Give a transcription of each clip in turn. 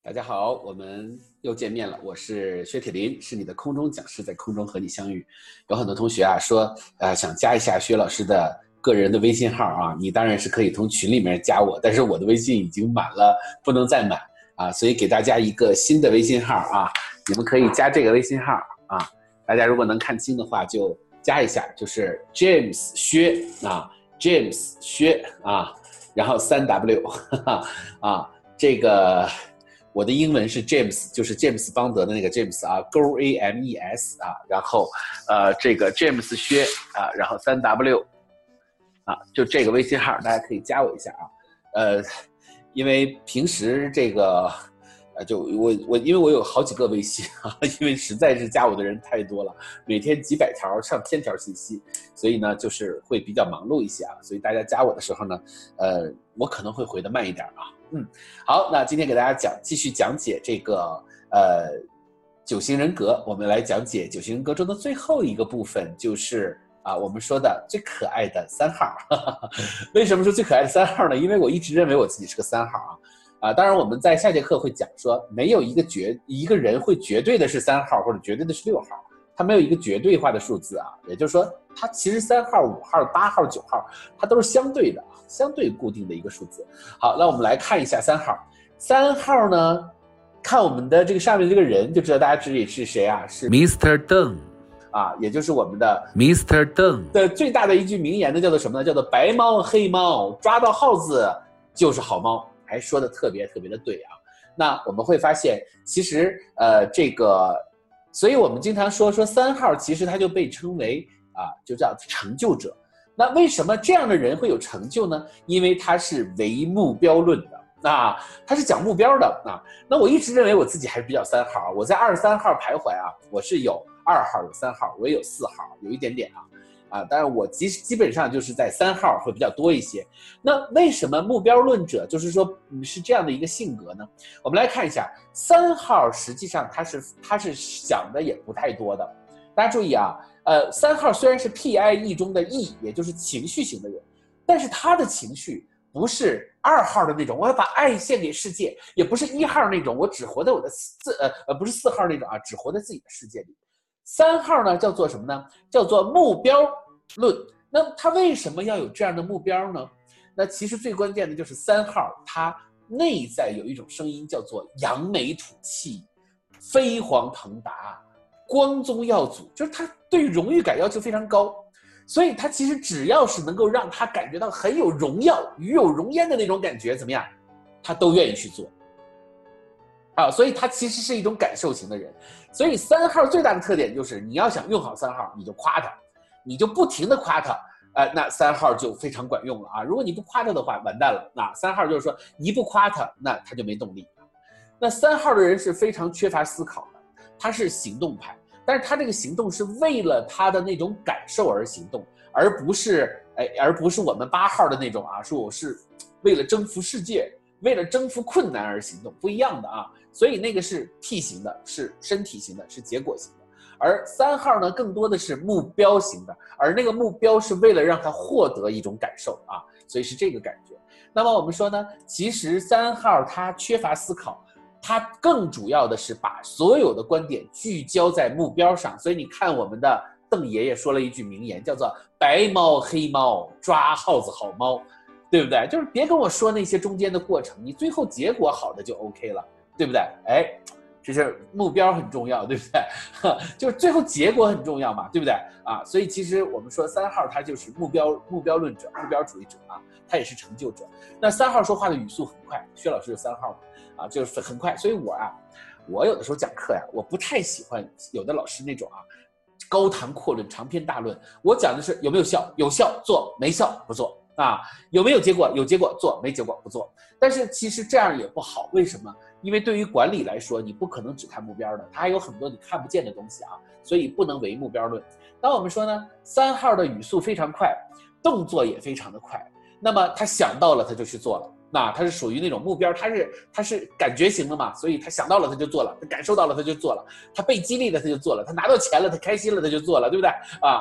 大家好，我们又见面了，我是薛铁林，是你的空中讲师，在空中和你相遇。有很多同学说想加一下薛老师的个人的微信号啊，你当然是可以从群里面加我，但是我的微信已经满了，不能再满啊，所以给大家一个新的微信号啊，你们可以加这个微信号啊，大家如果能看清的话就加一下，就是 James 薛啊 ，James 薛啊，然后3W 啊，这个。我的英文是 James， 就是詹姆斯邦德的那个 James 啊 ，GOAMES 啊，然后这个 James 薛啊，然后3W 啊，就这个微信号大家可以加我一下啊，因为平时这个就因为我有好几个微信啊，因为实在是加我的人太多了，每天几百条上千条信息，所以呢就是会比较忙碌一些啊，所以大家加我的时候呢，我可能会回得慢一点啊。好，那今天给大家继续讲解这个九型人格，我们来讲解九型人格中的最后一个部分，就是我们说的最可爱的3号。为什么说最可爱的3号呢？因为我一直认为我自己是个3号当然我们在下节课会讲说，没有一个人会绝对的是3号或者绝对的是6号，它没有一个绝对化的数字啊，也就是说，它其实3号、5号、8号、9号，它都是相对的，相对固定的一个数字。好，那我们来看一下3号。3号呢，看我们的这个上面这个人就知道大家知道是谁啊？是 Mr. Deng 啊，也就是我们的 Mr. Deng 的最大的一句名言呢，叫做什么呢？叫做白猫黑猫，抓到耗子就是好猫，还说的特别特别的对啊。那我们会发现，其实这个。所以我们经常说3号其实他就被称为就叫成就者。那为什么这样的人会有成就呢？因为他是唯目标论的他是讲目标的那我一直认为我自己还是比较3号，我在23号徘徊我是有2号有3号，我也有4号，有一点点当然我基本上就是在3号会比较多一些。那为什么目标论者就是说是这样的一个性格呢？我们来看一下3号，实际上他是想的也不太多的。大家注意3号虽然是 PIE 中的 E， 也就是情绪型的人，但是他的情绪不是2号的那种我要把爱献给世界，也不是1号那种我只活在我的不是4号那种只活在自己的世界里。3号呢叫做什么呢？叫做目标论。那他为什么要有这样的目标呢？那其实最关键的就是3号他内在有一种声音叫做扬眉吐气，飞黄腾达，光宗耀祖，就是他对荣誉感要求非常高，所以他其实只要是能够让他感觉到很有荣耀、与有荣焉的那种感觉怎么样，他都愿意去做所以他其实是一种感受型的人。所以3号最大的特点就是你要想用好3号，你就夸他，你就不停的夸他那3号就非常管用了如果你不夸他的话完蛋了。那3号就是说你不夸他，那他就没动力那3号的人是非常缺乏思考的，他是行动派，但是他这个行动是为了他的那种感受而行动，而不是我们8号的那种说我是为了征服世界，为了征服困难而行动，不一样的所以那个是 T 型的，是身体型的，是结果型的。而3号呢，更多的是目标型的，而那个目标是为了让他获得一种感受所以是这个感觉。那么我们说呢，其实3号他缺乏思考，他更主要的是把所有的观点聚焦在目标上。所以你看我们的邓爷爷说了一句名言，叫做白猫黑猫，抓耗子好猫，对不对？就是别跟我说那些中间的过程，你最后结果好的就 OK 了，对不对？这是目标很重要，对不对？就是最后结果很重要嘛，对不对所以其实我们说3号他就是目标论者，目标主义者他也是成就者。那3号说话的语速很快，薛老师有3号就是很快。所以我有的时候讲课我不太喜欢有的老师那种高谈阔论、长篇大论。我讲的是有没有效，有效做，没效不做有没有结果，有结果做，没结果不做。但是其实这样也不好，为什么？因为对于管理来说，你不可能只看目标的，它还有很多你看不见的东西所以不能唯目标论。那我们说呢，3号的语速非常快，动作也非常的快，那么他想到了他就去做了。那他是属于那种目标，他是感觉型的嘛，所以他想到了他就做了，他感受到了他就做了，他被激励了他就做了，他拿到钱了他开心了他就做了，对不对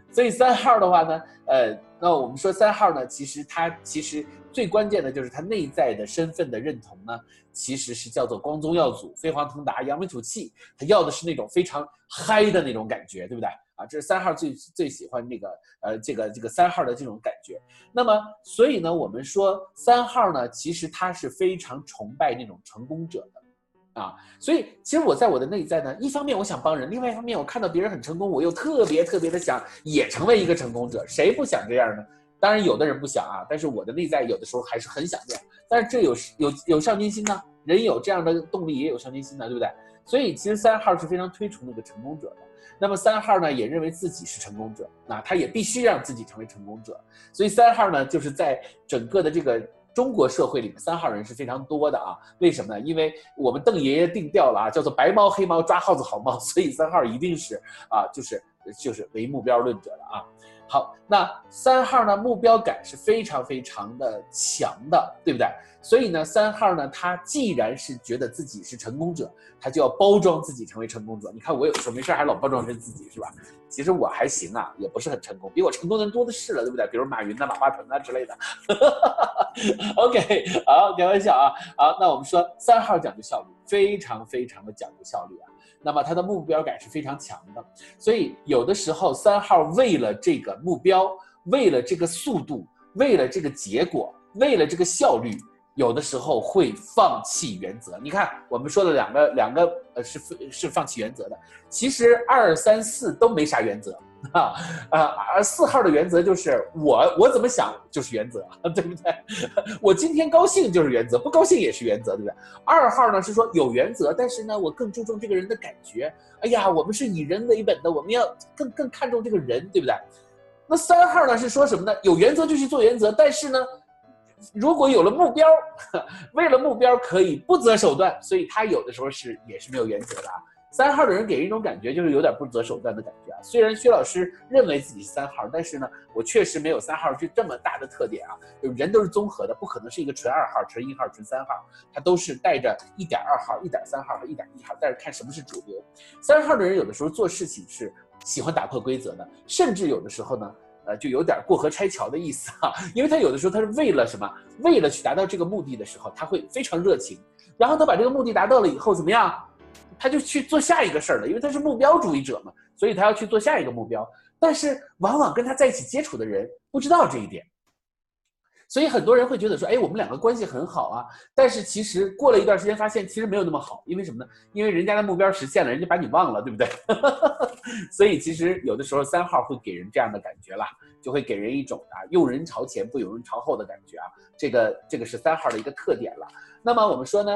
所以3号的话呢，那我们说3号呢，其实最关键的就是他内在的身份的认同呢，其实是叫做光宗耀祖、飞黄腾达、扬眉吐气，他要的是那种非常嗨的那种感觉，对不对？啊，这是3号最喜欢那个这个3号的这种感觉。那么，所以呢，我们说3号呢，其实他是非常崇拜那种成功者的。啊，所以其实我在我的内在呢，一方面我想帮人，另外一方面我看到别人很成功，我又特别的想也成为一个成功者，谁不想这样呢？当然有的人不想啊，但是我的内在有的时候还是很想这样，但是这有上进心呢，人有这样的动力也有上进心的，对不对？所以其实3号是非常推崇那个成功者的。那么3号呢，也认为自己是成功者，那他也必须让自己成为成功者。所以3号呢，就是在整个的这个中国社会里面，3号人是非常多的啊。为什么呢？因为我们邓爷爷定调了啊，叫做白猫黑猫抓耗子好猫，所以3号一定是啊，就是为目标论者了啊。好，那3号呢，目标感是非常的强的，对不对？所以呢，3号呢，他既然是觉得自己是成功者，他就要包装自己成为成功者。你看我有时候没事还老包装成自己，是吧？其实我还行啊，也不是很成功，比我成功的人多的是了，对不对？比如马云呐、马化腾啊之类的。OK， 好，开玩笑啊。好，那我们说3号讲究效率，非常的讲究效率啊。那么他的目标感是非常强的，所以有的时候3号为了这个目标，为了这个速度，为了这个结果，为了这个效率，有的时候会放弃原则。你看我们说的两个是放弃原则的，其实2、3、4都没啥原则而4号的原则就是我怎么想就是原则，对不对？我今天高兴就是原则，不高兴也是原则，对不对？2号呢是说有原则，但是呢我更注重这个人的感觉。哎呀，我们是以人为本的，我们要更看重这个人，对不对？那3号呢是说什么呢？有原则就去做原则，但是呢，如果有了目标，为了目标可以不择手段，所以他有的时候也是没有原则的啊。3号的人给人一种感觉就是有点不择手段的感觉啊。虽然薛老师认为自己是3号，但是呢，我确实没有3号这么大的特点啊。人都是综合的，不可能是一个纯2号、纯1号、纯3号，它都是带着1.2号、1.3号和1.1号，但是看什么是主流。3号的人有的时候做事情是喜欢打破规则的，甚至有的时候呢，就有点过河拆桥的意思啊。因为他有的时候他是为了什么？为了去达到这个目的的时候，他会非常热情，然后他把这个目的达到了以后怎么样？他就去做下一个事儿了，因为他是目标主义者嘛，所以他要去做下一个目标。但是往往跟他在一起接触的人不知道这一点，所以很多人会觉得说，哎，我们两个关系很好啊，但是其实过了一段时间发现其实没有那么好，因为什么呢？因为人家的目标实现了，人家把你忘了，对不对？所以其实有的时候3号会给人这样的感觉啦，就会给人一种用人朝前不用人朝后的感觉啊，这个是3号的一个特点了。那么我们说呢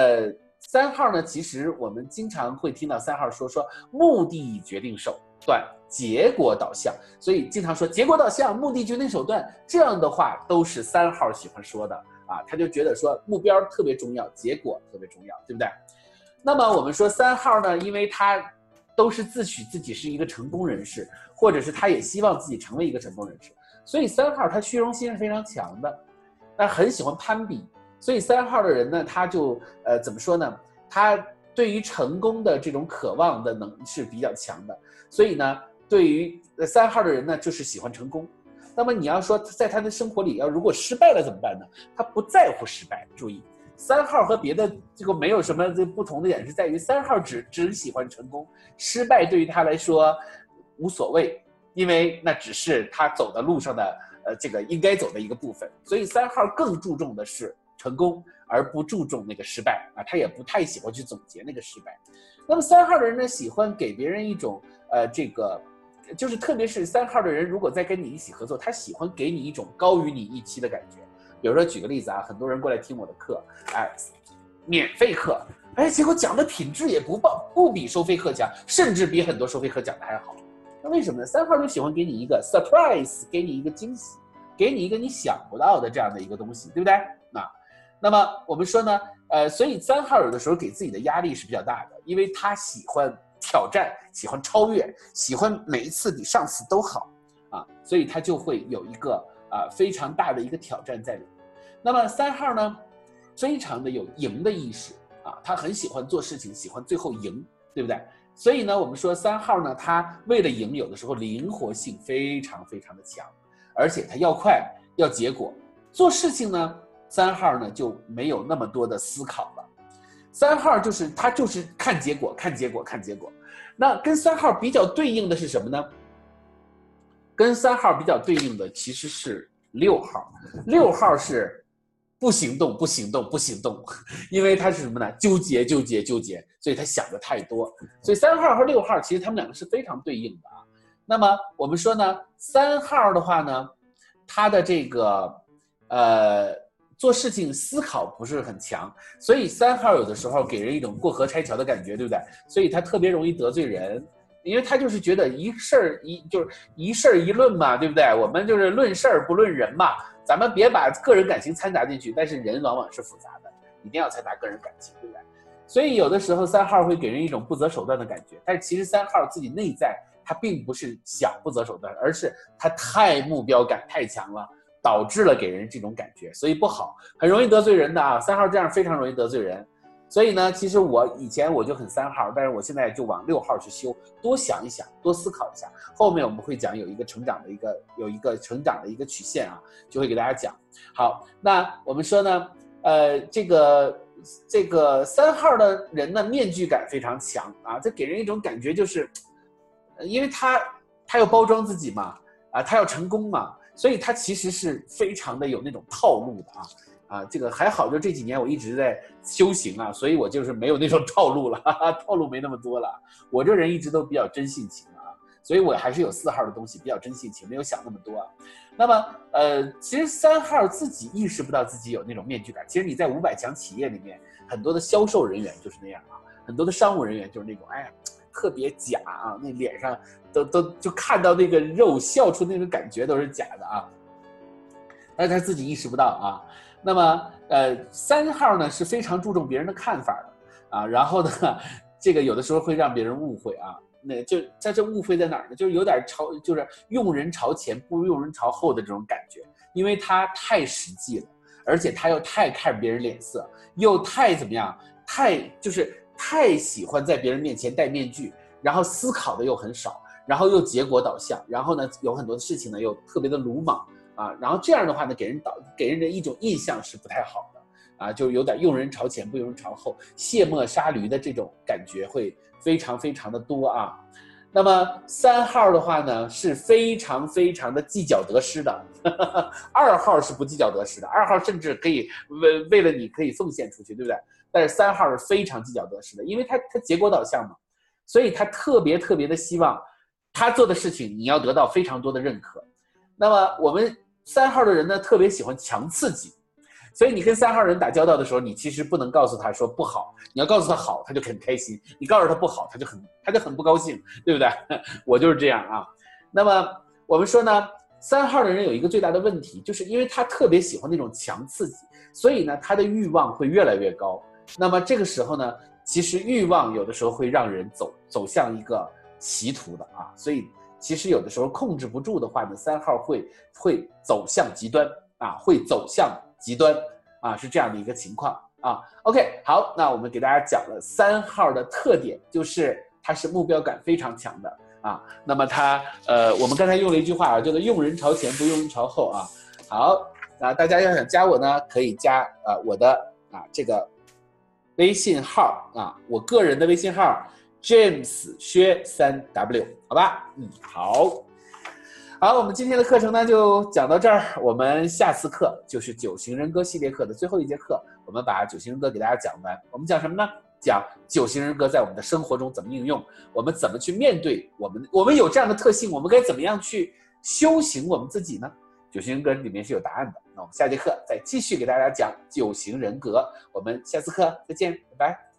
，3号呢，其实我们经常会听到3号说目的决定手段，结果导向，所以经常说结果导向，目的决定手段，这样的话都是3号喜欢说的啊，他就觉得说目标特别重要，结果特别重要，对不对？那么我们说3号呢，因为他都是自诩自己是一个成功人士，或者是他也希望自己成为一个成功人士，所以3号他虚荣心是非常强的，但很喜欢攀比。所以3号的人呢，他就怎么说呢？他对于成功的这种渴望的是比较强的，所以呢，对于3号的人呢，就是喜欢成功。那么你要说在他的生活里，如果失败了怎么办呢？他不在乎失败。注意，3号和别的这个没有什么不同的点是在于，3号只喜欢成功，失败对于他来说无所谓，因为那只是他走的路上的这个应该走的一个部分。所以3号更注重的是成功，而不注重那个失败啊，他也不太喜欢去总结那个失败。那么3号的人呢，喜欢给别人一种这个，就是特别是3号的人，如果再跟你一起合作，他喜欢给你一种高于你预期的感觉。比如说举个例子啊，很多人过来听我的课，免费课，结果讲的品质也不比收费课强，甚至比很多收费课讲的还好。那为什么呢？3号就喜欢给你一个 surprise， 给你一个惊喜，给你一个你想不到的这样的一个东西，对不对？那么我们说呢，所以3号有的时候给自己的压力是比较大的，因为他喜欢挑战，喜欢超越，喜欢每一次比上次都好啊，所以他就会有一个非常大的一个挑战在里面。那么3号呢，非常的有赢的意识啊，他很喜欢做事情，喜欢最后赢，对不对？ 所以呢，我们说3号呢，他为了赢，有的时候灵活性非常非常的强，而且他要快要结果。做事情呢，3号呢就没有那么多的思考了。3号他就是看结果，看结果，看结果。那跟3号比较对应的是什么呢？跟3号比较对应的其实是6号。6号是不行动，不行动，不行动，因为他是什么呢？纠结，纠结，纠结，所以他想的太多。所以3号和6号其实他们两个是非常对应的啊。那么我们说呢，3号的话呢，他的这个做事情思考不是很强，所以3号有的时候给人一种过河拆桥的感觉，对不对？所以他特别容易得罪人。因为他就是觉得一事一论嘛，对不对？我们就是论事儿不论人嘛，咱们别把个人感情掺杂进去。但是人往往是复杂的，一定要掺杂个人感情，对不对？所以有的时候3号会给人一种不择手段的感觉，但是其实3号自己内在他并不是想不择手段，而是他太目标感太强了，导致了给人这种感觉，所以不好，很容易得罪人的啊。3号这样非常容易得罪人。所以呢，其实我以前我就很3号，但是我现在就往6号去修，多想一想，多思考一下。后面我们会讲有一个成长的一个曲线啊，就会给大家讲。好，那我们说呢，这个3号的人呢，面具感非常强啊，这给人一种感觉就是，因为他要包装自己嘛，啊，他要成功嘛，所以他其实是非常的有那种套路的啊。这个还好，就这几年我一直在修行啊，所以我就是没有那种套路了，套路没那么多了。我这人一直都比较真性情啊，所以我还是有4号的东西，比较真性情，没有想那么多啊。那么其实3号自己意识不到自己有那种面具感。其实你在500强企业里面，很多的销售人员就是那样啊，很多的商务人员就是那种，哎呀，特别假啊，那脸上都就看到那个肉笑出那种感觉都是假的啊，但是他自己意识不到啊。那么3号呢是非常注重别人的看法的啊，然后呢，这个有的时候会让别人误会啊，那就在这误会在哪儿呢？就是有点就是用人朝前不用人朝后的这种感觉，因为他太实际了，而且他又太看别人脸色，又太怎么样，太喜欢在别人面前戴面具，然后思考的又很少，然后又结果导向，然后呢有很多事情呢又特别的鲁莽。然后这样的话呢，给人的一种印象是不太好的啊，就有点用人朝前不用人朝后，卸磨杀驴的这种感觉会非常非常的多啊。那么3号的话呢，是非常非常的计较得失的，2号是不计较得失的，2号甚至可以为了你可以奉献出去，对不对？但是3号是非常计较得失的，因为他结果导向嘛，所以他特别特别的希望他做的事情你要得到非常多的认可。那么我们3号的人呢，特别喜欢强刺激，所以你跟3号人打交道的时候，你其实不能告诉他说不好，你要告诉他好，他就很开心；你告诉他不好，他就很不高兴，对不对？我就是这样啊。那么我们说呢，3号的人有一个最大的问题，就是因为他特别喜欢那种强刺激，所以呢，他的欲望会越来越高。那么这个时候呢，其实欲望有的时候会让人走向一个歧途的啊，所以。其实有的时候控制不住的话呢，3号会走向极端啊，会走向极端啊，是这样的一个情况啊。OK， 好，那我们给大家讲了3号的特点，就是它是目标感非常强的啊。那么它我们刚才用了一句话啊，叫做用人朝前不用人朝后啊。好，那大家要想加我呢，可以加我的这个微信号啊，我个人的微信号。James 薛3W， 好吧，好，我们今天的课程呢就讲到这儿，我们下次课就是9型人格系列课的最后一节课，我们把9型人格给大家讲完。我们讲什么呢？讲9型人格在我们的生活中怎么应用，我们怎么去面对我们有这样的特性，我们该怎么样去修行我们自己呢？9型人格里面是有答案的。那我们下节课再继续给大家讲9型人格，我们下次课再见，拜拜。